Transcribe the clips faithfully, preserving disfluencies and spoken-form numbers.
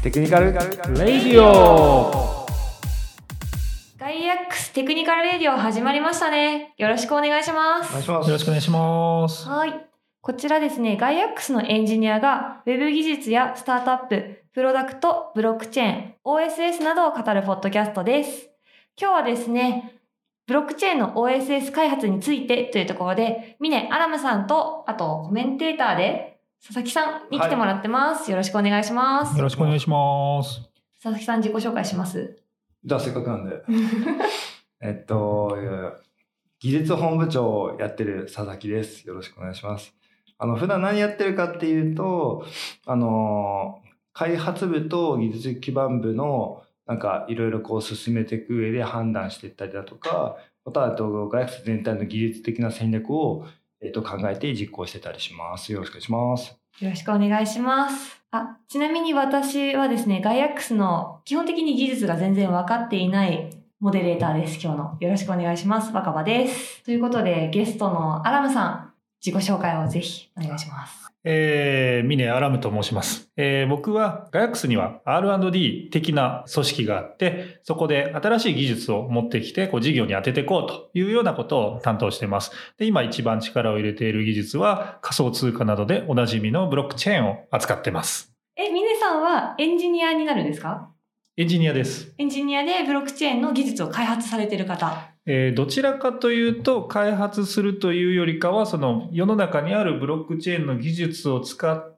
テクニカルレディオ。 ガイアックステクニカルレディオ始まりましたね。よろしくお願いします。 お願いします。 よろしくお願いします。 はい。こちらですね、ガイアックスのエンジニアが Web 技術やスタートアップ、プロダクト、ブロックチェーン、オーエスエス などを語るポッドキャストです。今日はですね、ブロックチェーンの オーエスエス 開発についてというところで、峰アラムさんと、あとコメンテーターで佐々木さんに来てもらってます。はい、よろしくお願いします。 よろしくお願いします。 佐々木さん自己紹介します。 じゃあせっかくなんで。えっと、技術本部長をやってる佐々木です。よろしくお願いします。あの、普段何やってるかっていうと、あの、開発部と技術基盤部のなんかいろいろこう進めていく上で判断していったりだとか、またあとガイアックス全体の技術的な戦略を、えっと、考えて実行してたりします。よろしくお願いします。 よろしくお願いします。あ、ちなみに私はですね、ガイアックスの基本的に技術が全然分かっていないモデレーターです。今日の。よろしくお願いします。若葉です。ということで、ゲストのアラムさん、自己紹介をぜひお願いします。 えー、峰アラムと申します。えー、僕はガイアックスには アールアンドディー 的な組織があって、そこで新しい技術を持ってきて、こう事業に当てていこうというようなことを担当しています。で、今一番力を入れている技術は仮想通貨などでおなじみのブロックチェーンを扱っています。 え、峰さんはエンジニアになるんですか？ エンジニアです。 エンジニアでブロックチェーンの技術を開発されている方。 えー、どちらかというと開発するというよりかはその世の中にあるブロックチェーンの技術を使って、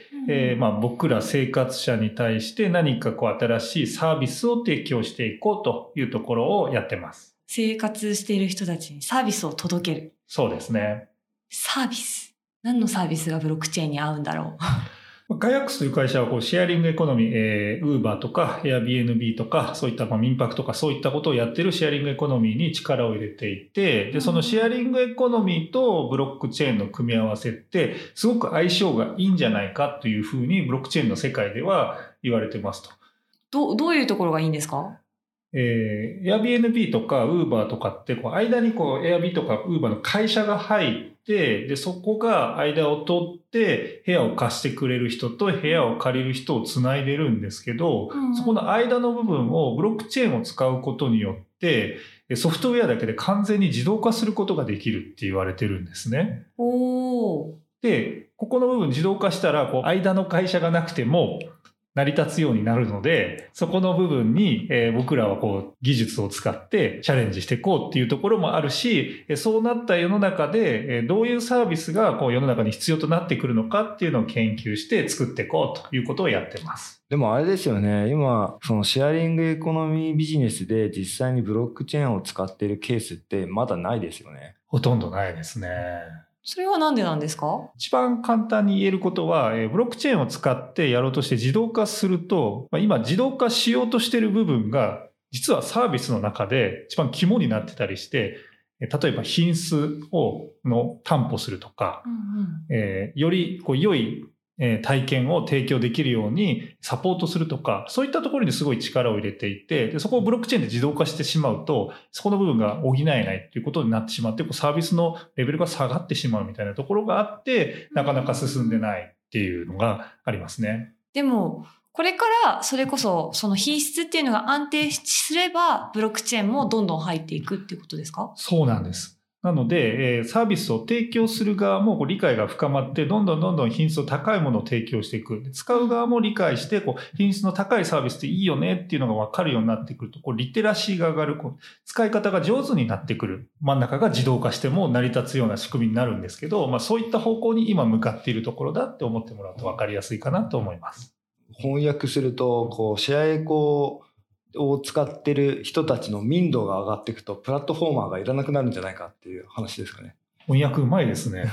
うんえーまあ、僕ら生活者に対して何かこう新しいサービスを提供していこうというところをやってます。 生活している人たちにサービスを届ける。 そうですね。 サービス。何のサービスがブロックチェーンに合うんだろう。 ガイアックスという会社はこうシェアリングエコノミー、えー、Uber とか Airbnb とかそういったまあ民泊とかそういったことをやってるシェアリングエコノミーに力を入れていて、で、そのシェアリングエコノミーとブロックチェーンの組み合わせってすごく相性がいいんじゃないかというふうにブロックチェーンの世界では言われてますと。 ど、どういうところがいいんですか？ えー、Airbnb とか Uber とかってこう間にこう Airbnb とか Uber の会社が入ってで、で、そこが間を取って部屋を貸してくれる人と部屋を借りる人をつないでるんですけど、うん、そこの間の部分をブロックチェーンを使うことによってソフトウェアだけで完全に自動化することができるって言われてるんですね。 おー。 で、ここの部分自動化したらこう間の会社がなくても成り立つようになるので、そこの部分に、えー、僕らはこう技術を使ってチャレンジしていこうっていうところもあるし、そうなった世の中で、えー、どういうサービスがこう世の中に必要となってくるのかっていうのを研究して作っていこうということをやってます。 でもあれですよね、今そのシェアリングエコノミービジネスで実際にブロックチェーンを使っているケースってまだないですよね。 ほとんどないですね。 それはなんでなんですか？ 一番簡単に言えることは、ブロックチェーンを使ってやろうとして自動化すると、今自動化しようとしている部分が、実はサービスの中で一番肝になってたりして、例えば品質をの担保するとか、うんうんえー、よりこう良い体験を提供できるようにサポートするとか、そういったところにすごい力を入れていて、でそこをブロックチェーンで自動化してしまうと、そこの部分が補えないということになってしまって、サービスのレベルが下がってしまうみたいなところがあって、なかなか進んでないっていうのがありますね。 でも、これからそれこそその品質っていうのが安定すれば、ブロックチェーンもどんどん入っていくっていうことですか？ そうなんです。なので、サービスを提供する側も理解が深まって、どんどんどんどん品質の高いものを提供していく。使う側も理解して、こう品質の高いサービスっていいよねっていうのが分かるようになってくると、こうリテラシーが上がる、こう使い方が上手になってくる。真ん中が自動化しても成り立つような仕組みになるんですけど、まあそういった方向に今向かっているところだって思ってもらうと分かりやすいかなと思います。 翻訳すると、こうシェアエコを使ってる人たちの民度が上がっていくと、プラットフォーマーがいらなくなるんじゃないかっていう話ですかね。 翻訳うまいですね。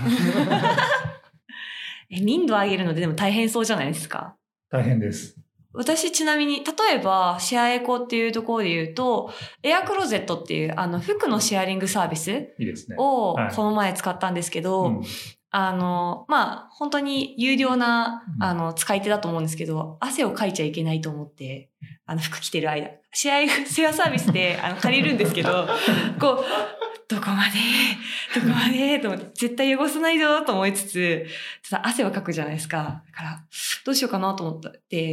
え、民度上げるのででも大変そうじゃないですか？ 大変です。 私ちなみに、例えばシェアエコっていうところで言うと、エアクローゼットっていうあの服のシェアリングサービスをこの前使ったんですけど、いいですね。うんあの、まあ、本当に有料な、あの、使い手だと思うんですけど、汗をかいちゃいけないと思って、あの、服着てる間、シェア、シェアサービスで、あの、借りるんですけど、こう、どこまで、どこまで、と思って、絶対汚さないぞ、と思いつつ、ちょっと汗をかくじゃないですか。だから、どうしようかなと思って、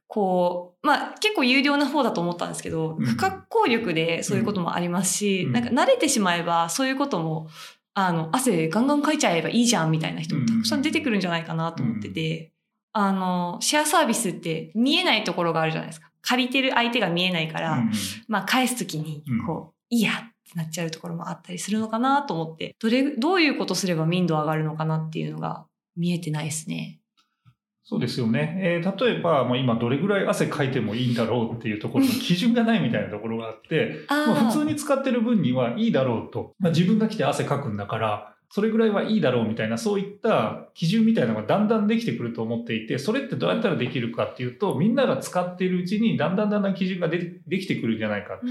こう、まあ結構有料な方だと思ったんですけど、うん、不可抗力でそういうこともありますし、うん、なんか慣れてしまえばそういうことも、あの、汗ガンガンかいちゃえばいいじゃんみたいな人もたくさん出てくるんじゃないかなと思ってて、うん、あの、シェアサービスって見えないところがあるじゃないですか。借りてる相手が見えないから、うん、まあ返すときに、こう、いいやってなっちゃうところもあったりするのかなと思って、どれ、どういうことすれば民度上がるのかなっていうのが見えてないですね。 そうですよね。えー、例えば、まあ、今どれぐらい汗かいてもいいんだろうっていうところの基準がないみたいなところがあって、まあ、普通に使ってる分にはいいだろうと。まあ、自分が来て汗かくんだから、それぐらいはいいだろうみたいな、そういった基準みたいなのがだんだんできてくると思っていて、それってどうやったらできるかっていうと、みんなが使っているうちにだんだんだんだん基準がでできてくるんじゃないか。うん、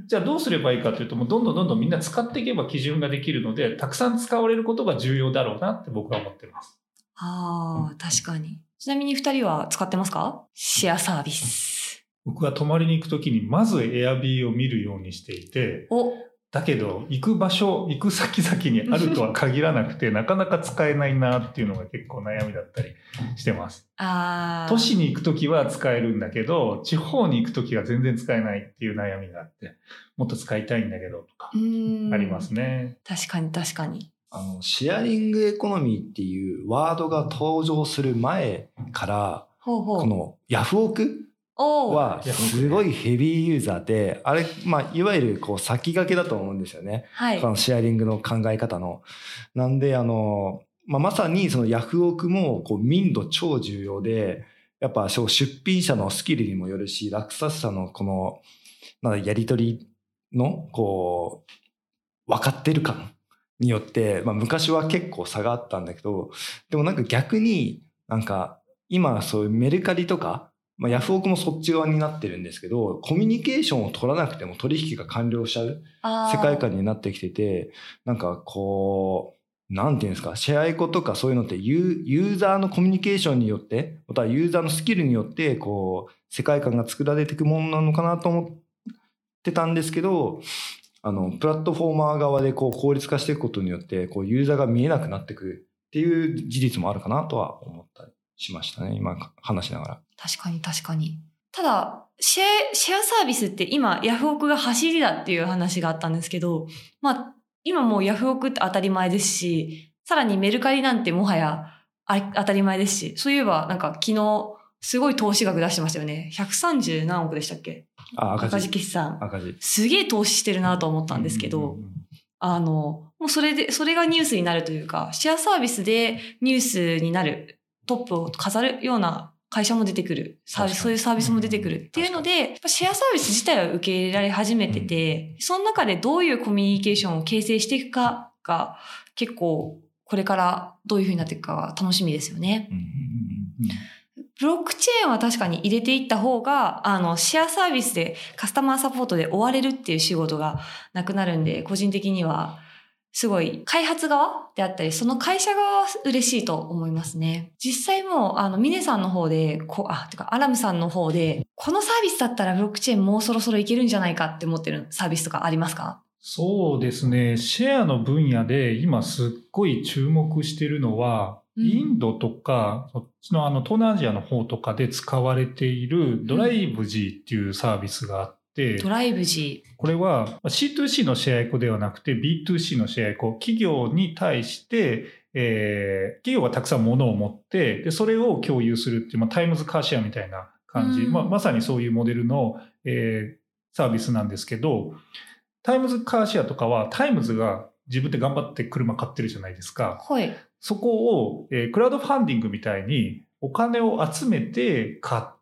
じゃあどうすればいいかというと、もうどんどんどんどんみんな使っていけば基準ができるので、たくさん使われることが重要だろうなって僕は思ってます。 ああ、確かに。ちなみに二人は使ってますか？シェアサービス。 僕は泊まりに行くときにまずエアビーを見るようにしていて、おだけど行く場所、行く先々にあるとは限らなくてなかなか使えないなっていうのが結構悩みだったりしてます。あ都市に行くときは使えるんだけど、地方に行くときは全然使えないっていう悩みがあって、もっと使いたいんだけどとかありますね。 確かに確かに。 あの、シェアリングエコノミーっていうワードが登場する前から、ほうほうこのヤフオクはすごいヘビーユーザーで、あれ、まあ、いわゆるこう先駆けだと思うんですよね。はい。このシェアリングの考え方の。なんで、あの、まあ、まさにそのヤフオクもこう民度超重要で、やっぱ出品者のスキルにもよるし、落札者のこの、なんだやり取りの、こう、分かってる感によって、まあ、昔は結構差があったんだけど、でもなんか逆になんか今そういうメルカリとか、まあ、ヤフオクもそっち側になってるんですけど、コミュニケーションを取らなくても取引が完了しちゃう世界観になってきてて、なんかこう、なんていうんですか、シェアエコとかそういうのってユーザーのコミュニケーションによって、またはユーザーのスキルによってこう世界観が作られていくものなのかなと思ってたんですけど、あのプラットフォーマー側でこう効率化していくことによってこうユーザーが見えなくなってくるっていう事実もあるかなとは思ったりしましたね、今話しながら。 確かに確かに。ただシェア、シェアサービスって今ヤフオクが走りだっていう話があったんですけど、まあ今もうヤフオクって当たり前ですし、さらにメルカリなんてもはや当たり前ですし、そういえばなんか昨日すごい投資額出してましたよね。ひゃくさんじゅう何億でしたっけ？あ、赤字。赤字決算。赤字。すげえ投資してるなと思ったんですけど、あの、もうそれで、それがニュースになるというか、シェアサービスでニュースになる、トップを飾るような会社も出てくる。サービス、そういうサービスも出てくるっていうので、やっぱシェアサービス自体は受け入れられ始めてて、その中でどういうコミュニケーションを形成していくかが、結構これからどういう風になっていくかが楽しみですよね。うんうんうんうんブロックチェーンは確かに入れていった方が、あの、シェアサービスでカスタマーサポートで追われるっていう仕事がなくなるんで、個人的には、すごい開発側であったり、その会社側は嬉しいと思いますね。実際もう、あの、ミネさんの方で、こあ、てか、アラムさんの方で、このサービスだったらブロックチェーンもうそろそろいけるんじゃないかって思ってるサービスとかありますか？ そうですね。シェアの分野で今すっごい注目してるのは、インドとか、そっちのあの東南アジアの方とかで使われているドライブ G っていうサービスがあって、 ドライブ G。 これは シーツーシー のシェアエコではなくて ビーツーシー のシェアエコ。企業に対して、えー、企業がたくさん物を持って、でそれを共有するっていう、まあ、タイムズカーシェアみたいな感じ。まあ、まさにそういうモデルの、えー、サービスなんですけど、タイムズカーシェアとかはタイムズが自分で頑張って車買ってるじゃないですか。はい。そこを、えー、クラウドファンディングみたいにお金を集めて買って、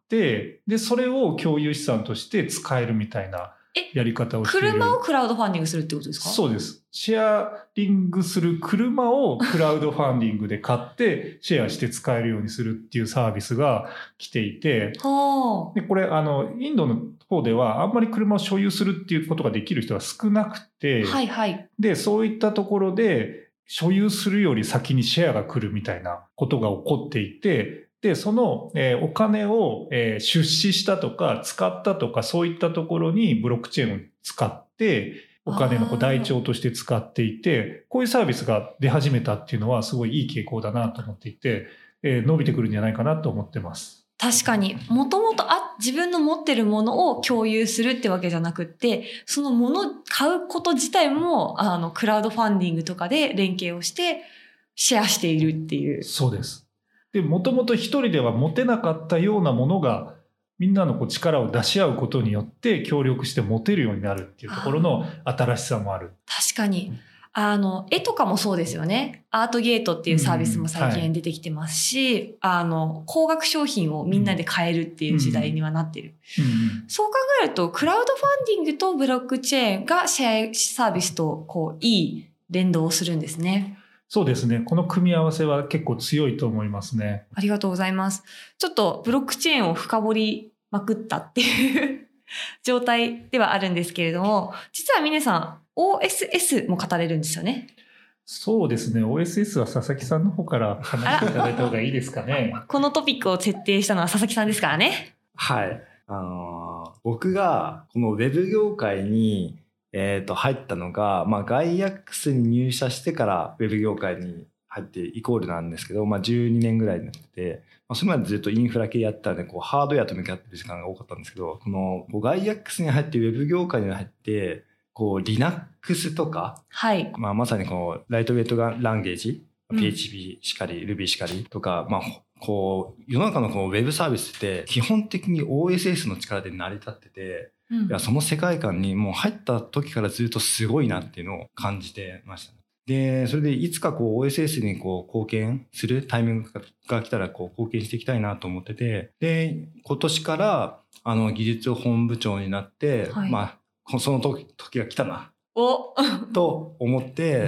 で、それを共有資産として使えるみたいなやり方をしている。 車をクラウドファンディングするってことですか？ そうです。シェアリングする車をクラウドファンディングで買ってシェアして使えるようにするっていうサービスが来ていて、はあ、でこれあのインドの方ではあんまり車を所有するっていうことができる人が少なくて、はいはい、でそういったところで所有するより先にシェアが来るみたいなことが起こっていて、で、その、えー、お金を、えー、出資したとか使ったとかそういったところにブロックチェーンを使ってお金のこう台帳として使っていて、こういうサービスが出始めたっていうのはすごいいい傾向だなと思っていて、えー、伸びてくるんじゃないかなと思ってます。 確かに、もともとあ自分の持ってるものを共有するってわけじゃなくって、そのものを買うこと自体もあのクラウドファンディングとかで連携をしてシェアしているっていう。 そうです。で、もともと一人では持てなかったようなものがみんなのこう力を出し合うことによって協力して持てるようになるっていうところの新しさもある。 確かに。あの、絵とかもそうですよね。アートゲートっていうサービスも最近出てきてますし、うんはい、あの、高額商品をみんなで買えるっていう時代にはなってる。うんうん、そう考えると、クラウドファンディングとブロックチェーンがシェアサービスと、こう、いい連動をするんですね。 そうですね。この組み合わせは結構強いと思いますね。 ありがとうございます。ちょっとブロックチェーンを深掘りまくったっていう状態ではあるんですけれども、実は峰さん、オーエスエス も語れるんですよね。 そうですね。オーエスエス は佐々木さんの方から話していただいた方がいいですかね。 このトピックを設定したのは佐々木さんですからね。 はい。あのー、僕がこのウェブ業界に、えー、と入ったのが、まあ、ガイアックスに入社してからウェブ業界に入ってイコールなんですけど、まあ、じゅうにねんぐらいになってて、まあ、それまでずっとインフラ系やったんで、こうハードウェアと向き合ってる時間が多かったんですけど、このこうガイアックスに入ってウェブ業界に入って、こう Linux とか、 はい。 まあ、まさにこうライトウェイトランゲージ、ピーエイチピー しかり、Ruby しかりとか、まあ、こう世の中のこうウェブサービスって基本的に オーエスエス の力で成り立ってて、うん、いやその世界観にもう入った時からずっとすごいなっていうのを感じてましたね。で、それでいつかこう オーエスエス にこう貢献するタイミングが来たらこう貢献していきたいなと思ってて、で、今年からあの技術本部長になって、はい、まあ、その時、時が来たな。 おと思って、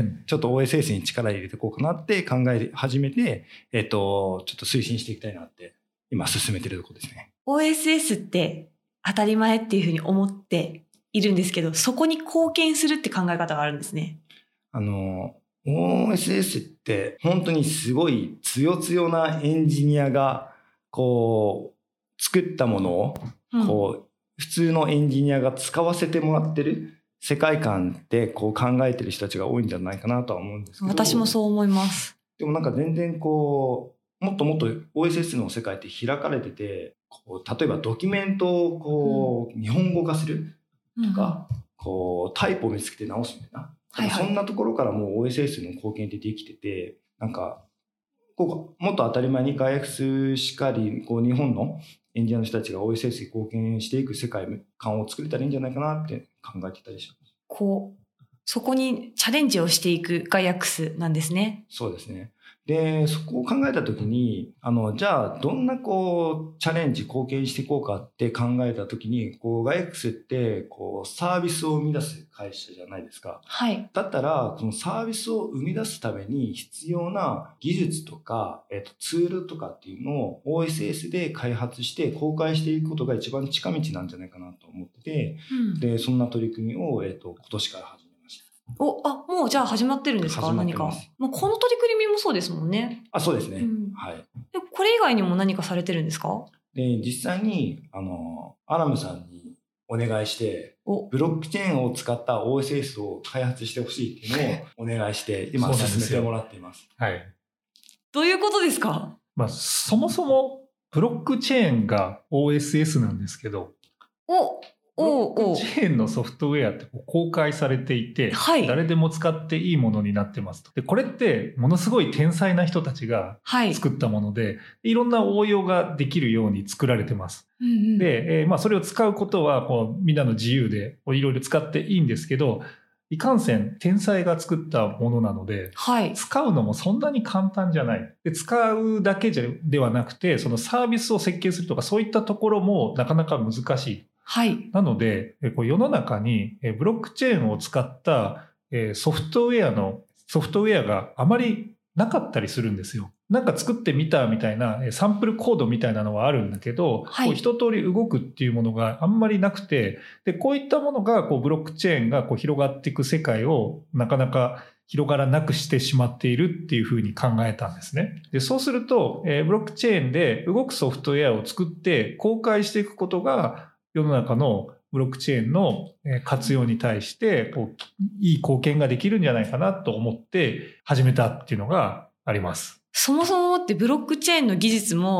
ちょっと オーエスエス に力入れていこうかなって考え始めて、えっと、ちょっと推進していきたいなって今進めてるところですね。 オーエスエス って当たり前っていうふうに思っているんですけど、そこに貢献するって考え方があるんですね。 あの、オーエスエス って本当にすごい強強なエンジニアがこう作ったものをこう、うん、普通のエンジニアが使わせてもらってる世界観でこう考えてる人たちが多いんじゃないかなとは思うんですけど。 私もそう思います。 でもなんか全然こうもっともっと オーエスエス の世界って開かれてて、こう例えばドキュメントをこう日本語化するとか、うん、こうタイプを見つけて直すみたいな、はいはい、そんなところからもう オーエスエス の貢献ってできてて、なんかこうもっと当たり前にガイアックスしかりこう日本のエンジニアの人たちが オーエスエス に貢献していく世界観を作れたらいいんじゃないかなって考えてたりします。 こうそこにチャレンジをしていくガイアックスなんですね。 そうですね。で、そこを考えたときに、あの、じゃあ、どんなこう、チャレンジ、貢献していこうかって考えたときに、こう、ガイアックスって、こう、サービスを生み出す会社じゃないですか。 はい。 だったら、そのサービスを生み出すために必要な技術とか、えっと、ツールとかっていうのを オーエスエス で開発して公開していくことが一番近道なんじゃないかなと思ってて、うん、で、そんな取り組みを、えっと、今年から始めお、あ、もうじゃあ始まってるんですか？何か。もうこの取り組みもそうですもんね。 あ、そうですね。 うん、 はい。 で、これ以外にも何かされてるんですか？ で、実際に、あの、アラムさんにお願いして、ブロックチェーンを使った オーエスエス を開発してほしいっていうのをお願いして、今進めてもらっています。 はい。 どういうことですか？ まあ、そもそもブロックチェーンが オーエスエス なんですけど、 おブロックチェーンのソフトウェアって公開されていて、 はい、 誰でも使っていいものになってますと。で、これってものすごい天才な人たちが作ったもので、はい、いろんな応用ができるように作られてます。 うんうん、 で、えーまあ、それを使うことはこうみんなの自由でいろいろ使っていいんですけど、いかんせん天才が作ったものなので、 はい、 使うのもそんなに簡単じゃない。で、使うだけじゃではなくて、そのサービスを設計するとかそういったところもなかなか難しい。 はい。 なので、こう世の中にブロックチェーンを使ったソフトウェアの、ソフトウェアがあまりなかったりするんですよ。なんか作ってみたみたいなサンプルコードみたいなのはあるんだけど、はい、こう一通り動くっていうものがあんまりなくて、で、こういったものがこうブロックチェーンがこう広がっていく世界をなかなか広がらなくしてしまっているっていうふうに考えたんですね。で、そうすると、えー、ブロックチェーンで動くソフトウェアを作って公開していくことが世の中のブロックチェーンの活用に対してこういい貢献ができるんじゃないかなと思って始めたっていうのがあります。 そもそもってブロックチェーンの技術も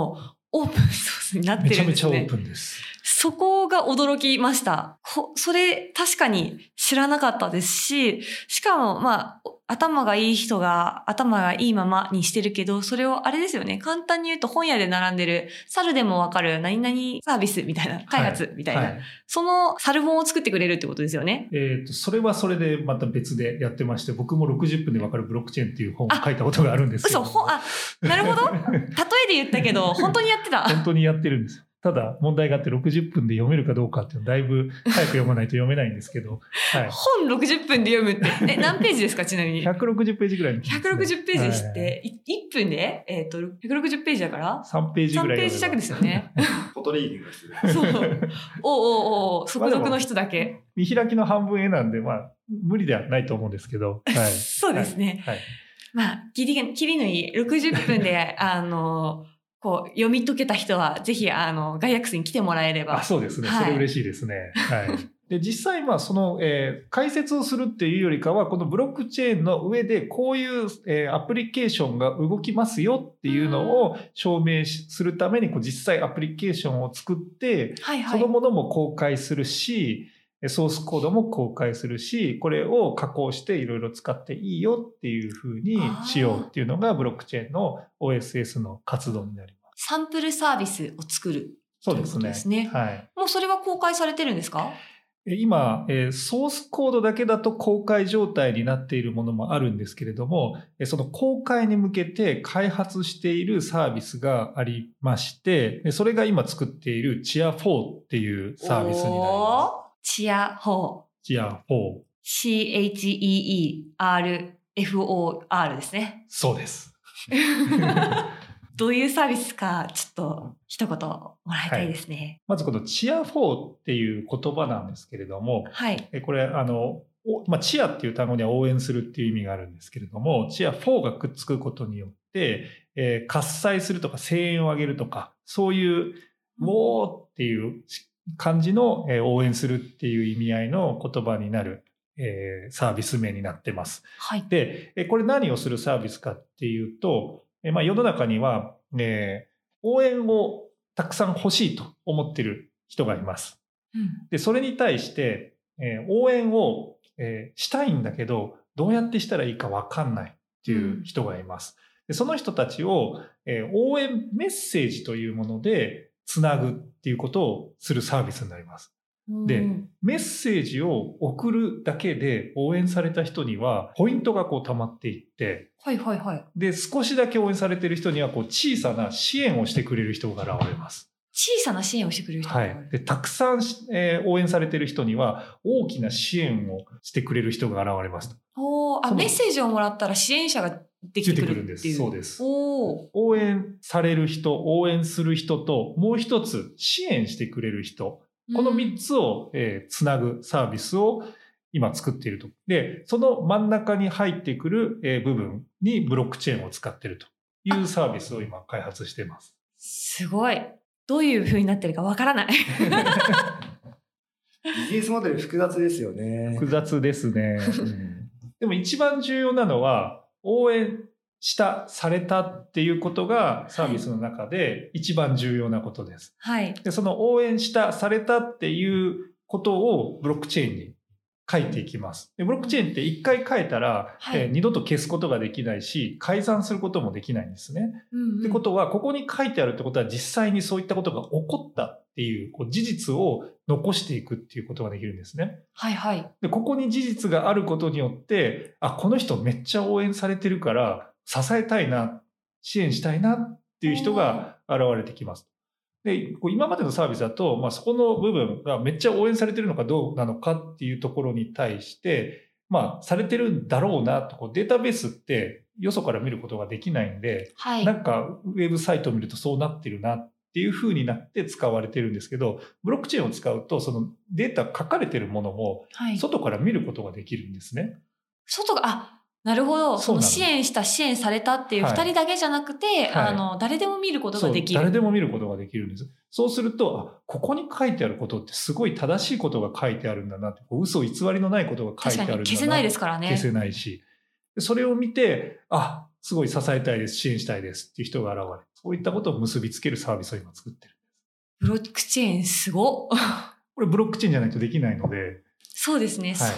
オープンソースになってるんですね。 めちゃめちゃオープンです。 そこが驚きました。それ確かに知らなかったですし、しかもまあ頭がいい人が頭がいいままにしてるけど、それをあれですよね。簡単に言うと本屋で並んでる猿でもわかる何々サービスみたいな、開発みたいな、はいはい、その猿本を作ってくれるってことですよね。 えっと、それはそれでまた別でやってまして、僕もろくじゅっぷんでわかるブロックチェーンっていう本を書いたことがあるんですけど。 嘘、ほ、あ、なるほど。例えで言ったけど、本当にやってた。 本当にやってるんですよ。ただ問題があってろくじゅっぷんで読めるかどうかっていうのはだいぶ早く読まないと読めないんですけど、 はい、本ろくじゅっぷんで読むってえ何ページですかちなみに。 ひゃくろくじゅうページぐらい、ね、 ひゃくろくじゅうページですって、はい、いっぷんで、えー、とひゃくろくじゅうページだからさんページぐらいさんページ弱ですよね。 フォトリーディングする。 そう。おうおうおう、速読の人だけ。 まあ、見開きの半分絵なんで、まあ無理ではないと思うんですけど。はい、 そうですね。 はいはい、 まあ切り切りのいいろくじゅっぷんであの。こう読み解けた人はぜひあのガイアックスに来てもらえれば。 あ、そうですね。はい、それ嬉しいですね。はい。で実際まあその、えー、解説をするっていうよりかはこのブロックチェーンの上でこういう、えー、アプリケーションが動きますよっていうのを証明するためにこう実際アプリケーションを作って、はいはい、そのものも公開するし。ソースコードも公開するし、これを加工していろいろ使っていいよっていうふうにしようっていうのがブロックチェーンの オーエスエス の活動になります。 サンプルサービスを作る。 そうですね。 ですね。はい。もうそれは公開されてるんですか？ 今、ソースコードだけだと公開状態になっているものもあるんですけれども、その公開に向けて開発しているサービスがありまして、それが今作っているチアフォーっていうサービスになります。 チアフォー。 チアフォー。 シーエイチイーイーアールエフオーアール ですね。 そうです。 どういうサービスか、ちょっと一言もらいたいですね。はい、 まずこのチアフォーっていう言葉なんですけれども、はい、これ、あの、まあ、チアっていう単語には応援するっていう意味があるんですけれども、チアフォーがくっつくことによって、えー、喝采するとか声援を上げるとか、そういう、ウォーっていう感じの応援するっていう意味合いの言葉になる、えー、サービス名になってます。はい。で、これ何をするサービスかっていうと、まあ、世の中には、えー、応援をたくさん欲しいと思ってる人がいます。うん、で、それに対して、えー、応援を、えー、したいんだけど、どうやってしたらいいかわかんないっていう人がいます。で、その人たちを、えー、応援メッセージというものでつなぐっていうことをするサービスになります。で、メッセージを送るだけで応援された人には、ポイントがこう溜まっていって、 はいはいはい。 で、少しだけ応援されている人には、こう小さな支援をしてくれる人が現れます。 小さな支援をしてくれる人が現れる。 はい。で、たくさん、えー、応援されている人には、大きな支援をしてくれる人が現れます。 おあ、メッセージをもらったら支援者ができてくるんです。 そうです。応援される人、応援する人と、もう一つ支援してくれる人。このみっつを、えー、つなぐサービスを今作っていると。で、その真ん中に入ってくる、えー、部分にブロックチェーンを使っているというサービスを今開発しています。 すごい。どういう風になってるかわからない。 ビジネスモデル複雑ですよね。 複雑ですね。うん、でも一番重要なのは、応援した、されたっていうことがサービスの中で一番重要なことです。はい。で、その応援した、されたっていうことをブロックチェーンに書いていきます。で、ブロックチェーンって一回書いたら、はい、えー、二度と消すことができないし、改ざんすることもできないんですね。うんうん、ってことは、ここに書いてあるってことは実際にそういったことが起こったっていう、こう事実を残していくっていうことができるんですね。 はいはい。 で、ここに事実があることによって、あ、この人めっちゃ応援されてるから、支えたいな、支援したいなっていう人が現れてきます。で、今までのサービスだと、まあ、そこの部分がめっちゃ応援されてるのかどうなのかっていうところに対して、まあ、されてるんだろうなと、こうデータベースってよそから見ることができないんで、はい、なんかウェブサイトを見るとそうなってるなっていう風になって使われてるんですけど、ブロックチェーンを使うと、そのデータ書かれてるものも、外から見ることができるんですね。はい、 外が、あ、なるほど。その支援した、支援されたっていう二人だけじゃなくて、はい、あの、誰でも見ることができる。 誰でも見ることができるんです。そうすると、あ、ここに書いてあることってすごい正しいことが書いてあるんだなって、嘘偽りのないことが書いてあるんだな。 確かに消せないですからね。 消せないし。それを見て、あ、 すごい支えたいです、支援したいですっていう人が現れ、そういったことを結びつけるサービスを今作ってる。 ブロックチェーンすごっ。 これブロックチェーンじゃないとできないので。 そうですね。 はい、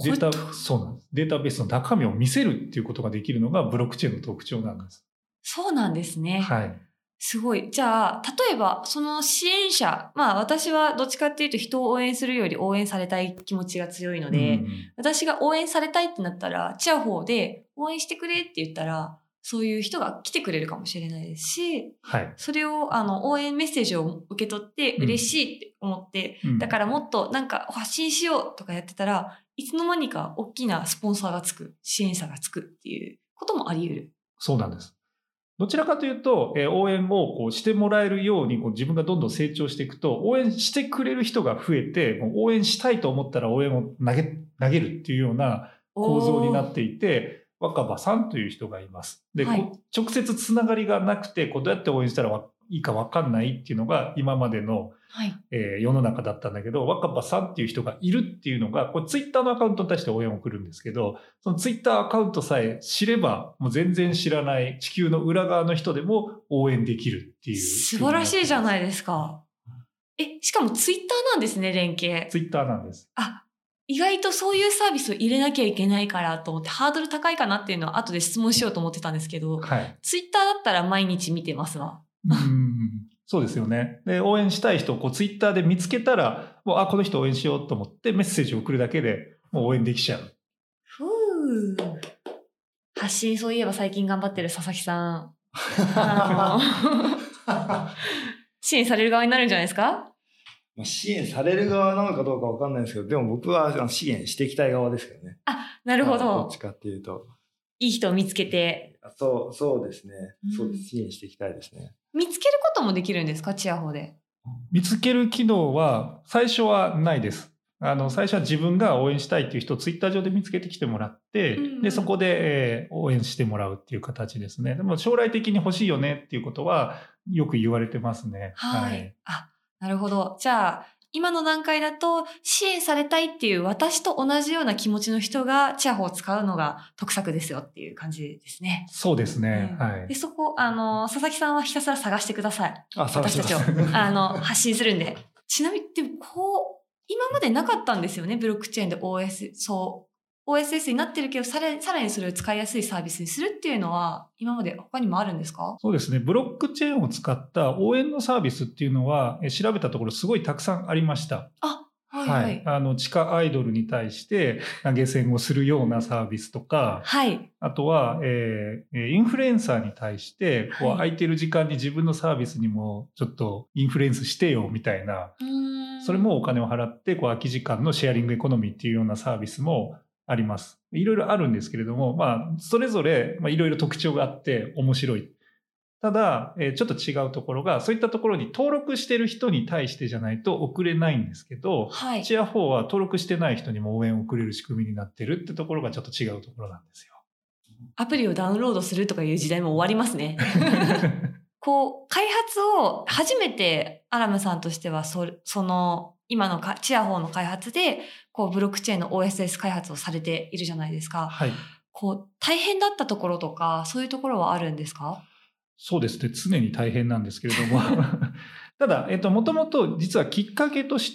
データ、そうなんです。データベースの中身を見せるっていうことができるのがブロックチェーンの特徴なんです。 そうなんですね。 はい。 すごい。じゃあ、例えば、その支援者、まあ私はどっちかっていうと人を応援するより応援されたい気持ちが強いので、うん、私が応援されたいってなったら、チアホーで応援してくれって言ったら、そういう人が来てくれるかもしれないですし、 はい、 それをあの応援メッセージを受け取って嬉しいって思って、うん、だからもっとなんか発信しようとかやってたら、いつの間にか大きなスポンサーがつく、支援者がつくっていうこともあり得る。 そうなんです。どちらかというと、えー、応援をこうしてもらえるようにこう自分がどんどん成長していくと、応援してくれる人が増えて、もう応援したいと思ったら応援を投げ、投げるっていうような構造になっていて、若葉さんという人がいます。で、はい、直接つながりがなくて、こうどうやって応援したらいいか分かんないっていうのが今までの、はいえー、世の中だったんだけど、若葉さんっていう人がいるっていうのが、これツイッターのアカウントに対して応援を送るんですけど、そのツイッターアカウントさえ知れば、もう全然知らない地球の裏側の人でも応援できるっていう。 素晴らしいじゃないですか。え、しかもツイッターなんですね、連携。 ツイッターなんです。 あ、意外とそういうサービスを入れなきゃいけないからと思ってハードル高いかなっていうのは後で質問しようと思ってたんですけど、はい、ツイッターだったら毎日見てますわ。 うんそうですよね。で、応援したい人をこうツイッターで見つけたら、もうあ、この人応援しようと思ってメッセージを送るだけでもう応援できちゃう。 ふう。発信そういえば最近頑張ってる佐々木さん。あの支援される側になるんじゃないですか？ 支援される側なのかどうかわかんないですけど、でも僕は支援していきたい側ですけどね。 あ、なるほど。 どっちかっていうと。 いい人を見つけて。 そう、そうですね。そうです。支援していきたいですね。 見つけることもできるんですか？チアホーで。 見つける機能は最初はないです。あの、最初は自分が応援したいっていう人をツイッター上で見つけてきてもらって、うんうん、で、そこで、えー、応援してもらうっていう形ですね。でも将来的に欲しいよねっていうことはよく言われてますね。 はい。はい、あ、なるほど。じゃあ、今の段階だと支援されたいっていう私と同じような気持ちの人がチアホーを使うのが得策ですよっていう感じですね。 そうですね。うん、はい。 で、そこ、あの、佐々木さんはひたすら探してください。 あ、探して私たちを、あの、発信するんで。ちなみに、でもこう、今までなかったんですよね、ブロックチェーンで オーエス、そう。オーエスエス になってるけど、さらに、さらにそれを使いやすいサービスにするっていうのは、今まで他にもあるんですか？ そうですね。ブロックチェーンを使った応援のサービスっていうのは、調べたところすごいたくさんありました。 あ、はい、はい、はい。 あの、地下アイドルに対して投げ銭をするようなサービスとか、 はい。 あとは、えー、インフルエンサーに対して、こう、空いてる時間に自分のサービスにもちょっとインフルエンスしてよみたいな、それもお金を払って、こう、空き時間のシェアリングエコノミーっていうようなサービスもあります。いろいろあるんですけれども、まあ、それぞれ、まあ、いろいろ特徴があって面白い。ただ、えー、ちょっと違うところが、そういったところに登録してる人に対してじゃないと送れないんですけど、はい、チアフォーは登録してない人にも応援を送れる仕組みになってるってところがちょっと違うところなんですよ。 アプリをダウンロードするとかいう時代も終わりますね。こう、開発を初めてアラムさんとしては、そ、その、今のかチアフォーの開発で、こう、ブロックチェーンの オーエスエス 開発をされているじゃないですか。 はい。 こう、大変だったところとか、そういうところはあるんですか？ そうですね。常に大変なんですけれども。ただ、えっと、もともと実はきっかけとして、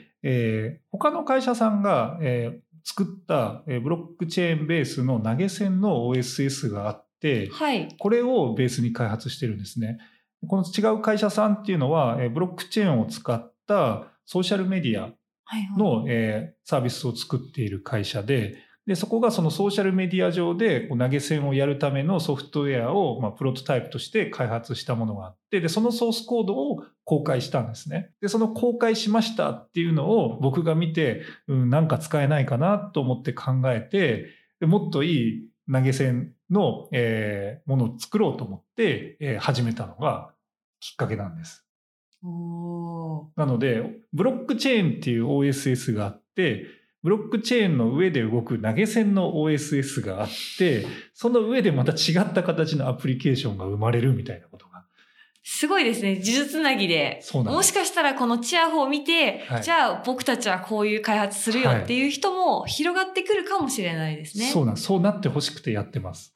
えー、他の会社さんが、えー、作った、えー、ブロックチェーンベースの投げ銭の オーエスエス があって、 はい、 これをベースに開発してるんですね。この違う会社さんっていうのは、えー、ブロックチェーンを使ったソーシャルメディアの、はいはいえー、サービスを作っている会社で、で、そこがそのソーシャルメディア上で投げ銭をやるためのソフトウェアを、まあ、プロトタイプとして開発したものがあって、で、そのソースコードを公開したんですね。で、その公開しましたっていうのを僕が見て、うん、なんか使えないかなと思って考えて、でもっといい投げ銭の、えー、ものを作ろうと思って、えー、始めたのがきっかけなんです。 おー。 なので、ブロックチェーンっていう オーエスエス があって、ブロックチェーンの上で動く投げ銭の オーエスエス があって、その上でまた違った形のアプリケーションが生まれるみたいなことが。 すごいですね。呪術つなぎで。 そうなんです。 もしかしたらこのチアフォーを見て、はい、じゃあ僕たちはこういう開発するよっていう人も広がってくるかもしれないですね。 はい、そうなんです。そうなってほしくてやってます。 あ、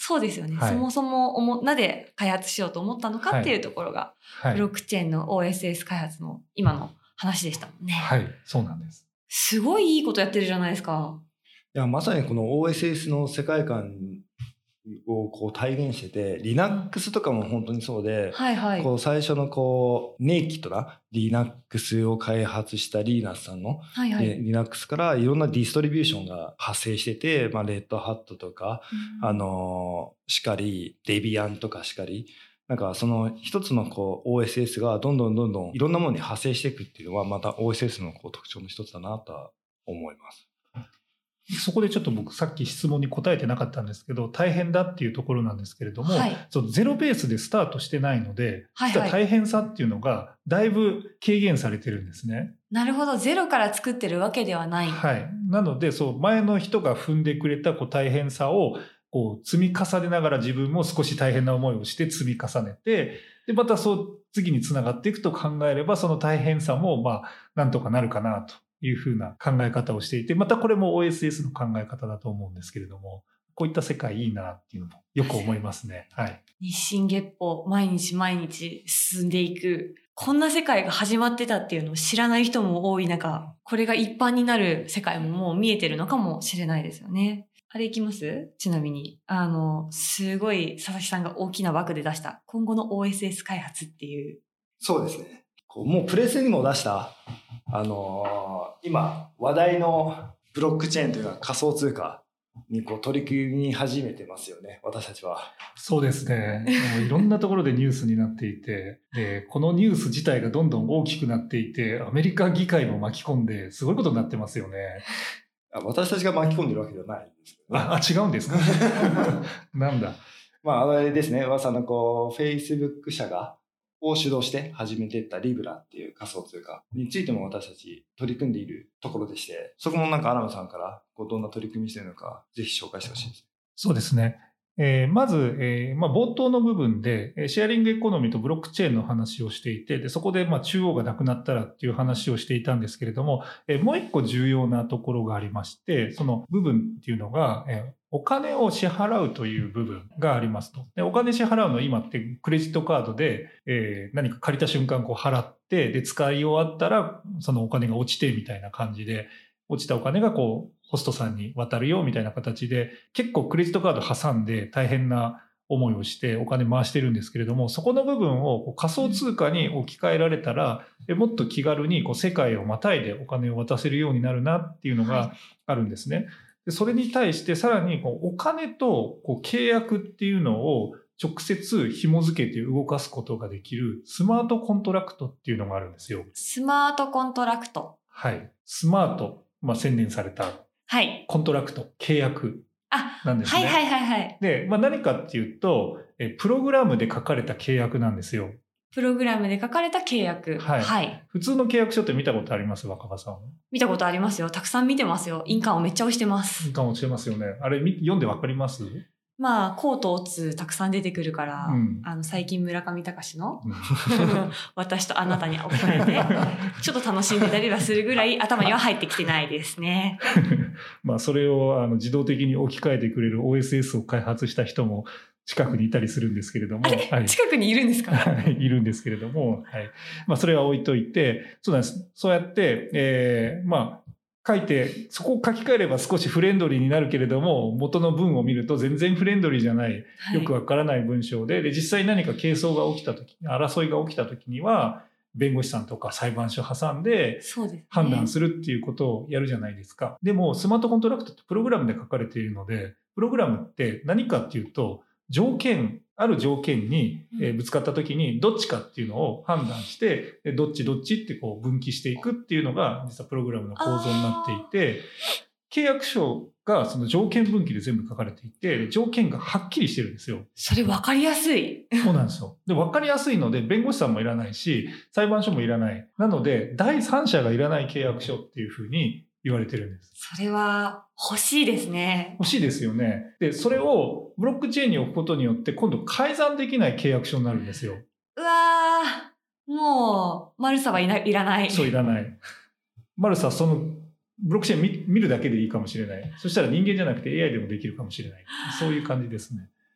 そうですよね。はい、そもそもおもなぜ開発しようと思ったのかっていうところが、はい、ブロックチェーンの オーエスエス 開発の今の話でしたもんね。 はい、そうなんです。 すごいいいことやってるじゃないですか。 いや、まさにこの オーエスエス の世界観をこう体現してて、Linux とかも本当にそうで、 はいはい、 こう最初のこうネイキッドな Linux を開発したリーナスさんの、はいはい、Linux からいろんなディストリビューションが発生してて、まあ、レッドハットとか、うん、あのしかり、デビアンとかしかり、なんかその一つのこう オーエスエス がどんどんどんどんいろんなものに派生していくっていうのはまた オーエスエス のこう特徴の一つだなとは思います。 そこでちょっと僕さっき質問に答えてなかったんですけど、大変だっていうところなんですけれども、はい、そのゼロベースでスタートしてないので、はいはい、実は大変さっていうのがだいぶ軽減されてるんですね。 なるほど。ゼロから作ってるわけではない。 はい。なので、そう、前の人が踏んでくれたこう大変さをこう積み重ねながら自分も少し大変な思いをして積み重ねて、で、またそう次につながっていくと考えれば、その大変さもまあ、なんとかなるかなというふうな考え方をしていて、またこれも オーエスエス の考え方だと思うんですけれども、こういった世界いいなっていうのもよく思いますね。はい。 日進月歩、毎日毎日進んでいく。こんな世界が始まってたっていうのを知らない人も多い中、これが一般になる世界ももう見えてるのかもしれないですよね。あれいきます?ちなみに、あの、すごい佐々木さんが大きな枠で出した今後の オーエスエス 開発っていう。 そうですね。こうもうプレスにも出した、あのー、今話題のブロックチェーンというか仮想通貨にこう取り組み始めてますよね、私たちは。 そうですね。もういろんなところでニュースになっていて、で、このニュース自体がどんどん大きくなっていて、アメリカ議会も巻き込んですごいことになってますよね。 私たちが巻き込んでるわけではないんですけど、ね、 あ、違うんですかなんだ。 まあ、あれですね、噂のこう、Facebook 社が、を主導して始めていったリブラっていう仮想通貨についても私たち取り組んでいるところでして、そこもなんかアラムさんからこうどんな取り組みしているのか、ぜひ紹介してほしいです。 そうですね。えー、まず、えーまあ、冒頭の部分でシェアリングエコノミーとブロックチェーンの話をしていて、でそこでまあ中央がなくなったらっていう話をしていたんですけれども、えー、もう一個重要なところがありまして、その部分っていうのが、えー、お金を支払うという部分がありますと。でお金支払うの今ってクレジットカードで、えー、何か借りた瞬間こう払って、で使い終わったらそのお金が落ちてみたいな感じで、落ちたお金がこうホストさんに渡るよみたいな形で、結構クレジットカード挟んで大変な思いをしてお金回してるんですけれども、そこの部分を仮想通貨に置き換えられたら、もっと気軽にこう世界をまたいでお金を渡せるようになるなっていうのがあるんですね。でそれに対してさらにこうお金とこう契約っていうのを直接紐付けて動かすことができるスマートコントラクトっていうのがあるんですよ。 スマートコントラクト。 はい。スマート。まあ、洗練された。 はい。 コントラクト、契約なんですね。 はいはいはいはい。 で、まあ、何かっていうと、え、プログラムで書かれた契約なんですよ。 プログラムで書かれた契約。 はい。はい、普通の契約書って見たことあります?若葉さん。 見たことありますよ。たくさん見てますよ。印鑑をめっちゃ押してます。 印鑑を押してますよね。あれ、読んでわかります? まあ、コートオツたくさん出てくるから、うん、あの、最近村上隆の、うん、私とあなたに置き換えて、ちょっと楽しんでたりはするぐらい頭には入ってきてないですね。 まあ、それをあの自動的に置き換えてくれる オーエスエス を開発した人も近くにいたりするんですけれども。 はい、近くにいるんですか? いるんですけれども、はい。まあ、それは置いといて、そうなんです。そうやって、えー、まあ、書いて、そこを書き換えれば少しフレンドリーになるけれども、元の文を見ると全然フレンドリーじゃない、よくわからない文章で、で、実際何か係争が起きたとき、争いが起きたときには、弁護士さんとか裁判所挟んで、判断するっていうことをやるじゃないですか。でも、スマートコントラクトってプログラムで書かれているので、プログラムって何かっていうと、条件、ある条件にぶつかった時にどっちかっていうのを判断して、どっちどっちってこう分岐していくっていうのが実はプログラムの構造になっていて、契約書がその条件分岐で全部書かれていて、条件がはっきりしてるんですよ。 それ分かりやすい。 そうなんですよ。で、分かりやすいので弁護士さんもいらないし、裁判所もいらない。なので、第三者がいらない契約書っていうふうに言われてるんです。 それは欲しいですね。 欲しいですよね。で、それをブロックチェーンに置くことによって今度改ざんできない契約書になるんですよ。 うわー、もう、マルサはいな、いらない。 そう、いらない。マルサはそのブロックチェーン 見, 見るだけでいいかもしれない。そしたら人間じゃなくて エーアイ でもできるかもしれない。そういう感じですね。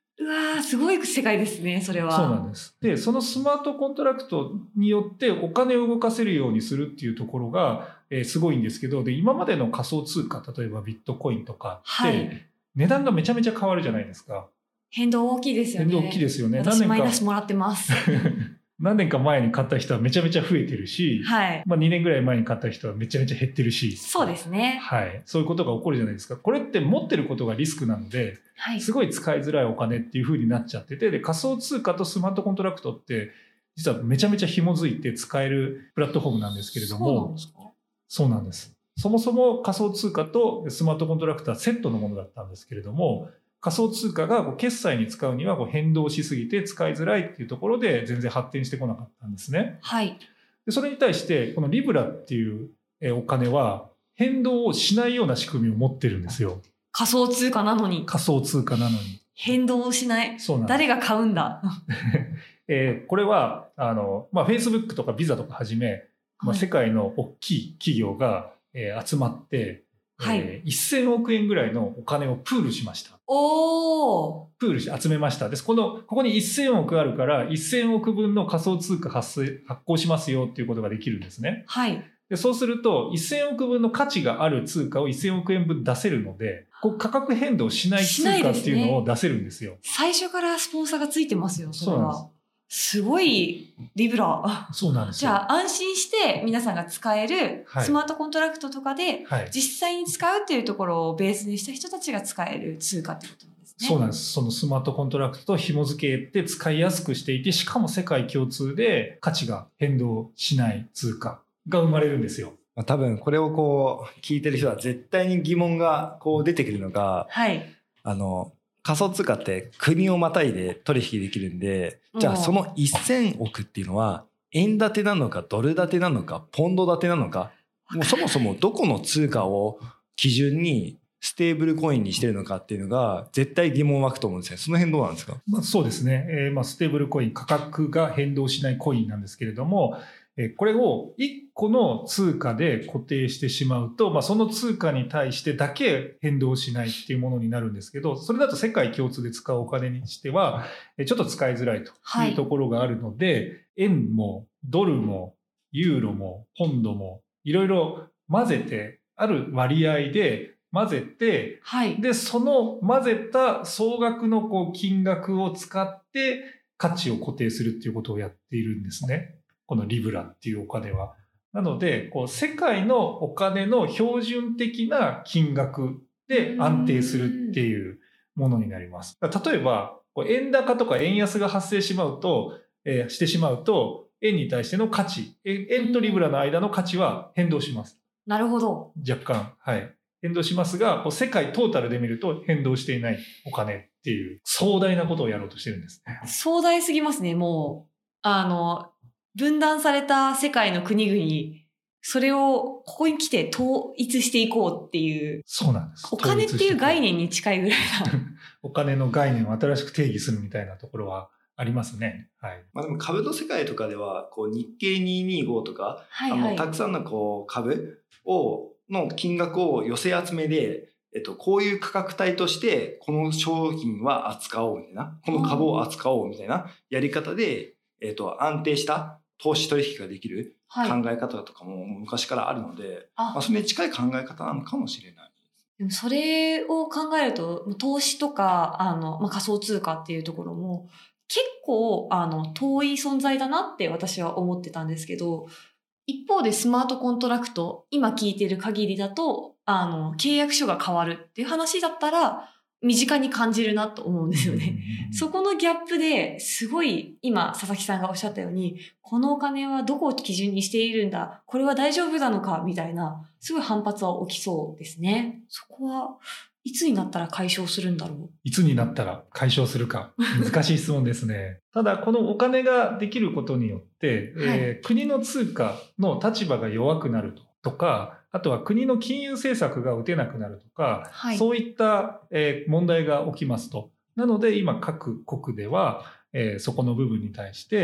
ー、すごい世界ですね、それは。 そうなんです。で、そのスマートコントラクトによってお金を動かせるようにするっていうところが、えー、すごいんですけど、で、今までの仮想通貨、例えばビットコインとかって、はい、値段がめちゃめちゃ変わるじゃないですか。 変動大きいですよね。 変動大きいですよね。 私マイナスもらってます。 何年か前に買った人はめちゃめちゃ増えてるし、はい、まあにねんぐらい前に買った人はめちゃめちゃ減ってるし。 そうですね。 はい。そういうことが起こるじゃないですか。これって持ってることがリスクなので、はい、すごい使いづらいお金っていう風になっちゃってて、で、仮想通貨とスマートコントラクトって、実はめちゃめちゃ紐づいて使えるプラットフォームなんですけれども。 そうなんですか？ そうなんです。そもそも仮想通貨とスマートコントラクトはセットのものだったんですけれども、仮想通貨が決済に使うには変動しすぎて使いづらいっていうところで全然発展してこなかったんですね。 はい。 でそれに対してこのリブラっていうお金は変動をしないような仕組みを持ってるんですよ。 仮想通貨なのに。 仮想通貨なのに。 変動をしない。 そうなんです。 誰が買うんだ。 えー、これはあの、まあ、Facebook とか Visa とかはじめ、まあ、世界の大きい企業が、えー、集まって、はい、えー、せんおくえんぐらいのお金をプールしました。 おー。 プールして集めました。です。この、ここにせんおくあるから、せんおくぶんの仮想通貨発生、発行しますよっていうことができるんですね。 はい。 でそうすると、せんおくぶんの価値がある通貨をせんおくえんぶん出せるので、こう価格変動しない通貨っていうのを出せるんですよ。 すね、最初からスポンサーがついてますよ、それは。そうなんです。すごいリブラ。 そうなんですよ。 じゃあ安心して皆さんが使えるスマートコントラクトとかで実際に使うっていうところをベースにした人たちが使える通貨ってことなんですね。 そうなんです。そのスマートコントラクトと紐付けて使いやすくしていて、しかも世界共通で価値が変動しない通貨が生まれるんですよ。 多分これをこう聞いてる人は絶対に疑問がこう出てくるのが、 はい。 あの、仮想通貨って国をまたいで取引できるんで、じゃあそのせんおくっていうのは円建てなのかドル建てなのかポンド建てなのか、もうそもそもどこの通貨を基準にステーブルコインにしてるのかっていうのが絶対疑問湧くと思うんですね。その辺どうなんですか？ まあ、そうですね。えー、まあステーブルコイン、価格が変動しないコインなんですけれども、これをいっこの通貨で固定してしまうと、まあ、その通貨に対してだけ変動しないっていうものになるんですけど、それだと世界共通で使うお金にしては、ちょっと使いづらいというところがあるので、はい、円もドルもユーロもポンドもいろいろ混ぜて、ある割合で混ぜて、はい、で、その混ぜた総額のこう金額を使って価値を固定するっていうことをやっているんですね。このリブラっていうお金は。なので、こう世界のお金の標準的な金額で安定するっていうものになります。例えば、円高とか円安が発生しまうと、えー、してしまうと、円に対しての価値、円とリブラの間の価値は変動します。 なるほど。 若干、はい。変動しますが、世界トータルで見ると変動していないお金っていう壮大なことをやろうとしてるんですね。 壮大すぎますね、もう。あの、分断された世界の国々、それをここに来て統一していこうっていう。 そうなんです。 お金っていう概念に近いぐらいな。 お金の概念を新しく定義するみたいなところはありますね。はい。 まあでも株の世界とかでは、こう日経にひゃくにじゅうごとか、はいはい、あのたくさんのこう株を、の金額を寄せ集めで、えっと、こういう価格帯として、この商品は扱おうみたいな、この株を扱おうみたいなやり方で、えっと、安定した投資取引ができる考え方とかも昔からあるので、はい、あまあ、それに近い考え方なのかもしれない。 でもそれを考えると、投資とか、あの、まあ、仮想通貨っていうところも、結構、あの、遠い存在だなって私は思ってたんですけど、一方でスマートコントラクト、今聞いてる限りだと、あの、契約書が変わるっていう話だったら、身近に感じるなと思うんですよね。そこのギャップですごい今佐々木さんがおっしゃったように、このお金はどこを基準にしているんだ、これは大丈夫なのかみたいな、すごい反発は起きそうですね。そこはいつになったら解消するんだろう。 いつになったら解消するか。難しい質問ですね。ただこのお金ができることによって、はい、えー、国の通貨の立場が弱くなるとか、あとは国の金融政策が打てなくなるとか、はい、そういった、えー、問題が起きますと。なので今各国では、えー、そこの部分に対して、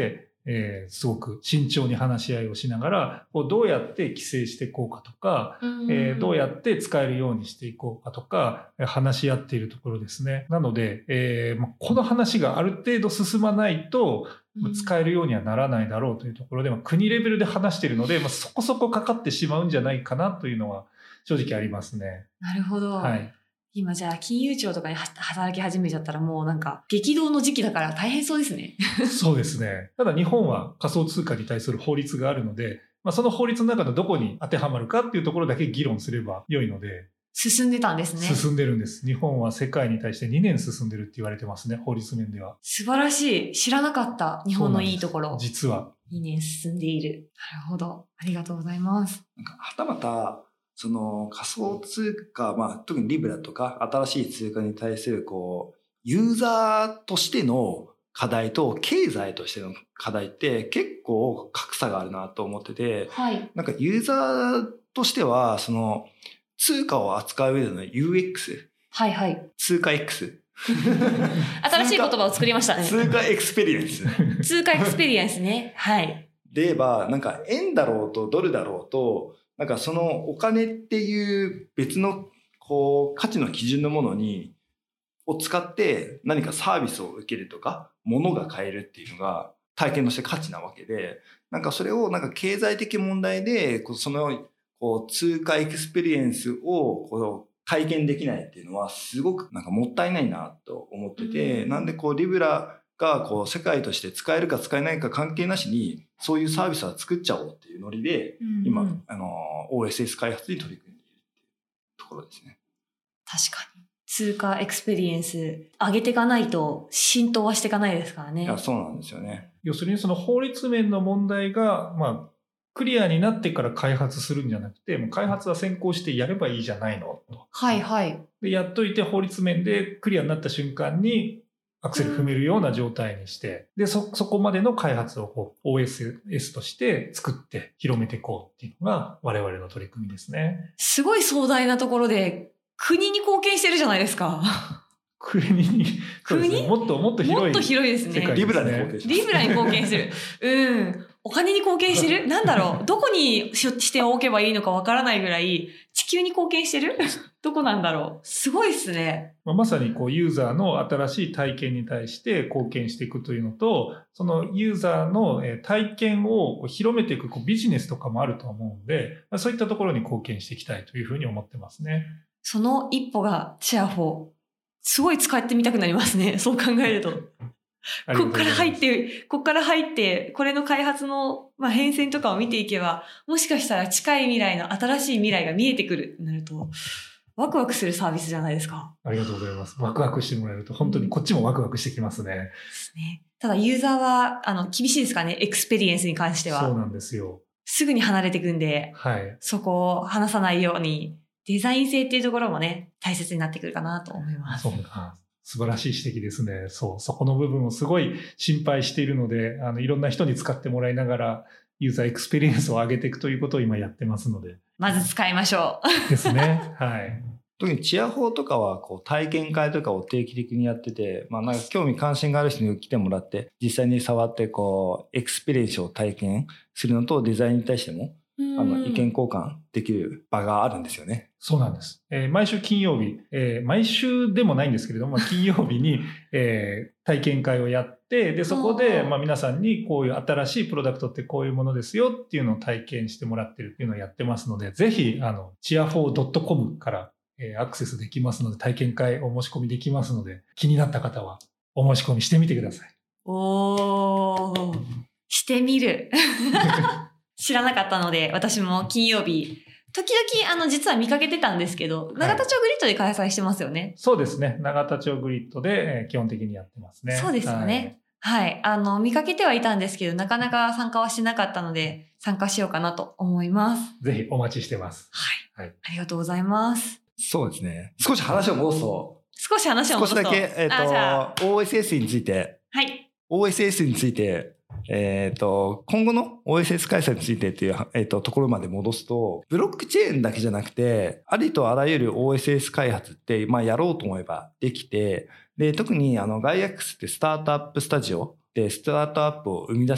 えー、すごく慎重に話し合いをしながら、こうどうやって規制していこうかとか、えー、どうやって使えるようにしていこうかとか、話し合っているところですね。なので、えーまあ、この話がある程度進まないと、使えるようにはならないだろうというところで、まあ、国レベルで話しているので、まあ、そこそこかかってしまうんじゃないかなというのは正直ありますね。 なるほど。はい。今じゃあ金融庁とかに働き始めちゃったらもうなんか激動の時期だから大変そうですね。 そうですね。ただ日本は仮想通貨に対する法律があるので、まあ、その法律の中のどこに当てはまるかっていうところだけ議論すれば良いので。 進んでたんですね。 進んでるんです。日本は世界に対してにねん進んでるって言われてますね、法律面では。 素晴らしい。知らなかった。日本のいいところ。 実は。 にねん進んでいる。なるほど。ありがとうございます。 なんかはたまた、その仮想通貨、まあ特にリブラとか新しい通貨に対するこう、ユーザーとしての課題と経済としての課題って結構格差があるなと思ってて、はい、なんかユーザーとしてはその通貨を扱う上での ユーエックス。 はいはい。 通貨 X。 新しい言葉を作りましたね。 通貨エクスペリエンス。 通貨エクスペリエンスね。はい。 で言えば、なんか円だろうとドルだろうと、なんかそのお金っていう別のこう価値の基準のものに、を使って何かサービスを受けるとか、物が買えるっていうのが体験として価値なわけで、なんかそれをなんか経済的問題で、そのこう通貨エクスペリエンスをこう体験できないっていうのはすごくなんかもったいないなと思ってて、うん、なんでこうリブラがこう世界として使えるか使えないか関係なしにそういうサービスは作っちゃおうっていうノリで、うんうん、今あの オーエスエス 開発に取り組んでいるっていうところですね。 確かに通貨エクスペリエンス上げていかないと浸透はしていかないですからね。 いや、そうなんですよね。 要するにその法律面の問題がまあクリアになってから開発するんじゃなくて、もう開発は先行してやればいいじゃないのと。 はいはい。 で、やっといて法律面でクリアになった瞬間にアクセル踏めるような状態にして、うん、で、そ、そこまでの開発をこう オーエスエス として作って広めていこうっていうのが我々の取り組みですね。 すごい壮大なところで国に貢献してるじゃないですか。 国に、国、ね、もっともっと広い。 もっと広いですね。 リブラに貢献してる。 リブラに貢献してる。うん。お金に貢献してる？なんだろう、どこに視点を置けばいいのかわからないぐらい地球に貢献してる？どこなんだろう。すごいっすね。 まあ、まさにこうユーザーの新しい体験に対して貢献していくというのと、そのユーザーの体験を広めていくこうビジネスとかもあると思うので、まあ、そういったところに貢献していきたいというふうに思ってますね。 その一歩がチェアフォー。すごい使ってみたくなりますね。そう考えると。こっから入って、こっから入って、これの開発の、まあ、変遷とかを見ていけば、もしかしたら近い未来の新しい未来が見えてくるとなると、ワクワクするサービスじゃないですか。 ありがとうございます。ワクワクしてもらえると、本当にこっちもワクワクしてきますね。 ですね。ただ、ユーザーは、あの、厳しいですかね、エクスペリエンスに関しては。 そうなんですよ。 すぐに離れていくんで、 はい。 そこを離さないように、デザイン性っていうところもね、大切になってくるかなと思います。 そうか。素晴らしい指摘ですね。そう。そこの部分をすごい心配しているので、あの、いろんな人に使ってもらいながら、ユーザーエクスペリエンスを上げていくということを今やってますので。 まず使いましょう。ですね。はい。 特にチアフォーとかは、こう、体験会とかを定期的にやってて、まあ、なんか興味関心がある人に来てもらって、実際に触って、こう、エクスペリエンスを体験するのと、デザインに対しても、あの、意見交換できる場があるんですよね。 そうなんです。えー、毎週金曜日、えー、毎週でもないんですけれども、金曜日に、えー、体験会をやって、で、そこで、まあ皆さんにこういう新しいプロダクトってこういうものですよっていうのを体験してもらってるっていうのをやってますので、ぜひ、あの、チアフォードットコム から、えー、アクセスできますので、体験会お申し込みできますので、気になった方はお申し込みしてみてください。 おー、してみる。知らなかったので、私も金曜日、時々、あの、実は見かけてたんですけど、永田町グリッドで開催してますよね。 そうですね。永田町グリッドで、えー、基本的にやってますね。 そうですよね。はい、はい。あの、見かけてはいたんですけど、なかなか参加はしなかったので、参加しようかなと思います。 ぜひお待ちしてます。 はい。はい。ありがとうございます。 そうですね。少し話を戻すと。 少し話を戻すと。 少しだけ、えっ、ー、と、オーエスエス について。 はい。 オーエスエス について、えっ、ー、と、今後の オーエスエス 開催についてっていう、えっ、ー、と、ところまで戻すと、ブロックチェーンだけじゃなくて、ありとあらゆる オーエスエス 開発って、まあ、やろうと思えばできて、で、特に、あの、ガイアックスってスタートアップスタジオで、スタートアップを生み出す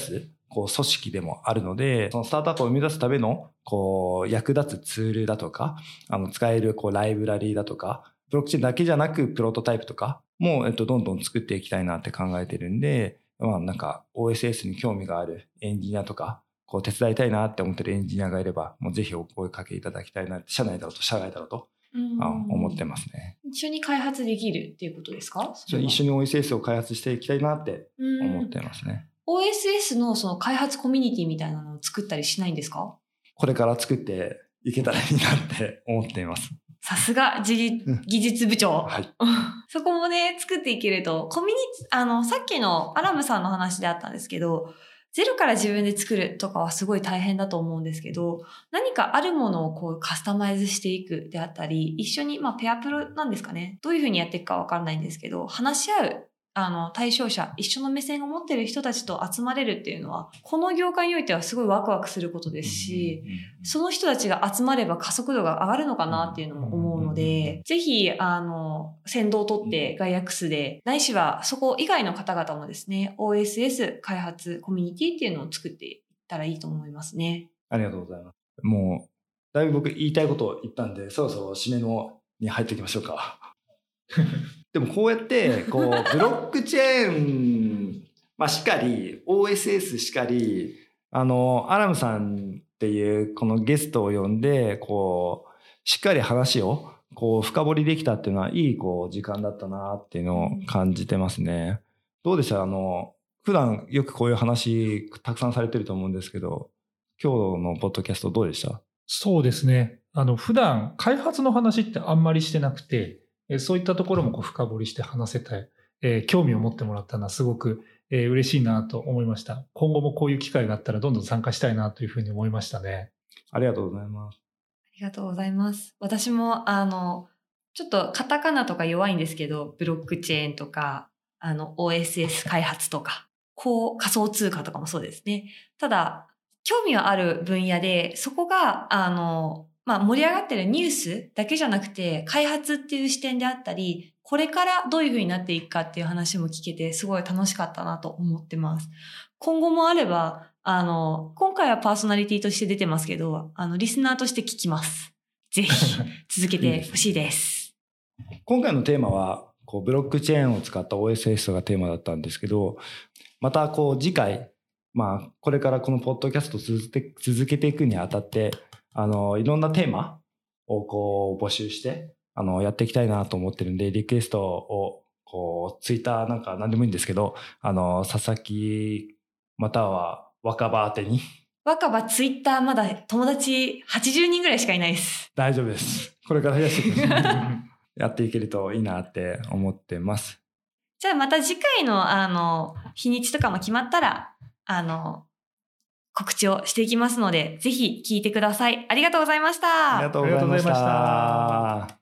こう組織でもあるので、そのスタートアップを生み出すためのこう役立つツールだとか、あの使えるこうライブラリーだとか、ブロックチェーンだけじゃなくプロトタイプとかも、えっと、どんどん作っていきたいなって考えてるんで、まあなんか オーエスエス に興味があるエンジニアとか、こう手伝いたいなって思ってるエンジニアがいれば、もうぜひお声かけいただきたいなって、社内だろうと社外だろうと思ってますね。 一緒に開発できるっていうことですか？ 一緒に オーエスエス を開発していきたいなって思ってますね。 オーエスエス のその開発コミュニティみたいなのを作ったりしないんですか？ これから作っていけたらいいなって思っています。 さすが技術部長。 はい。 そこもね、作っていけると、コミュニティ、あの、さっきのアラムさんの話であったんですけど、ゼロから自分で作るとかはすごい大変だと思うんですけど、何かあるものをこうカスタマイズしていくであったり、一緒に、まあペアプロなんですかね。どういうふうにやっていくかわかんないんですけど、話し合う。あの、対象者、一緒の目線を持っている人たちと集まれるっていうのは、この業界においてはすごいワクワクすることですし、その人たちが集まれば加速度が上がるのかなっていうのも思うので、ぜひ、あの、先導を取ってガイアックスで、ないしはそこ以外の方々もですね、オーエスエス 開発コミュニティっていうのを作っていったらいいと思いますね。 ありがとうございます。もう、だいぶ僕言いたいことを言ったんで、そろそろ締めのに入っていきましょうか。でもこうやって、こう、ブロックチェーン、まあしかり、オーエスエス しかり、あの、アラムさんっていうこのゲストを呼んで、こう、しっかり話を、こう、深掘りできたっていうのは、いい、こう、時間だったなっていうのを感じてますね。どうでした？あの、普段よくこういう話、たくさんされてると思うんですけど、今日のポッドキャストどうでした？ そうですね。あの、普段、開発の話ってあんまりしてなくて、そういったところもこう深掘りして話せたい、えー、興味を持ってもらったのはすごく、えー、嬉しいなと思いました。今後もこういう機会があったらどんどん参加したいなというふうに思いましたね。 ありがとうございます。 ありがとうございます。私も、あの、ちょっとカタカナとか弱いんですけど、ブロックチェーンとか、あの、オーエスエス 開発とか、こう、仮想通貨とかもそうですね。ただ、興味はある分野で、そこが、あの、まあ、盛り上がってるニュースだけじゃなくて、開発っていう視点であったり、これからどういう風になっていくかっていう話も聞けて、すごい楽しかったなと思ってます。今後もあれば、あの、今回はパーソナリティとして出てますけど、あの、リスナーとして聞きます。ぜひ、続けてほしいです。 今回のテーマは、こう、ブロックチェーンを使った オーエスエス がテーマだったんですけど、また、こう、次回、まあ、これからこのポッドキャストを続けて、続けていくにあたって、あの、いろんなテーマをこう募集して、あの、やっていきたいなと思ってるんで、リクエストを、こう、ツイッターなんか何でもいいんですけど、あの、佐々木、または若葉宛てに。 若葉ツイッターまだ友達はちじゅうにんぐらいしかいないです。 大丈夫です。これから増やしていきます。やっていけるといいなって思ってます。 じゃあまた次回の、あの、日にちとかも決まったら、あの、告知をしていきますので、ぜひ聞いてください。ありがとうございました。 ありがとうございました。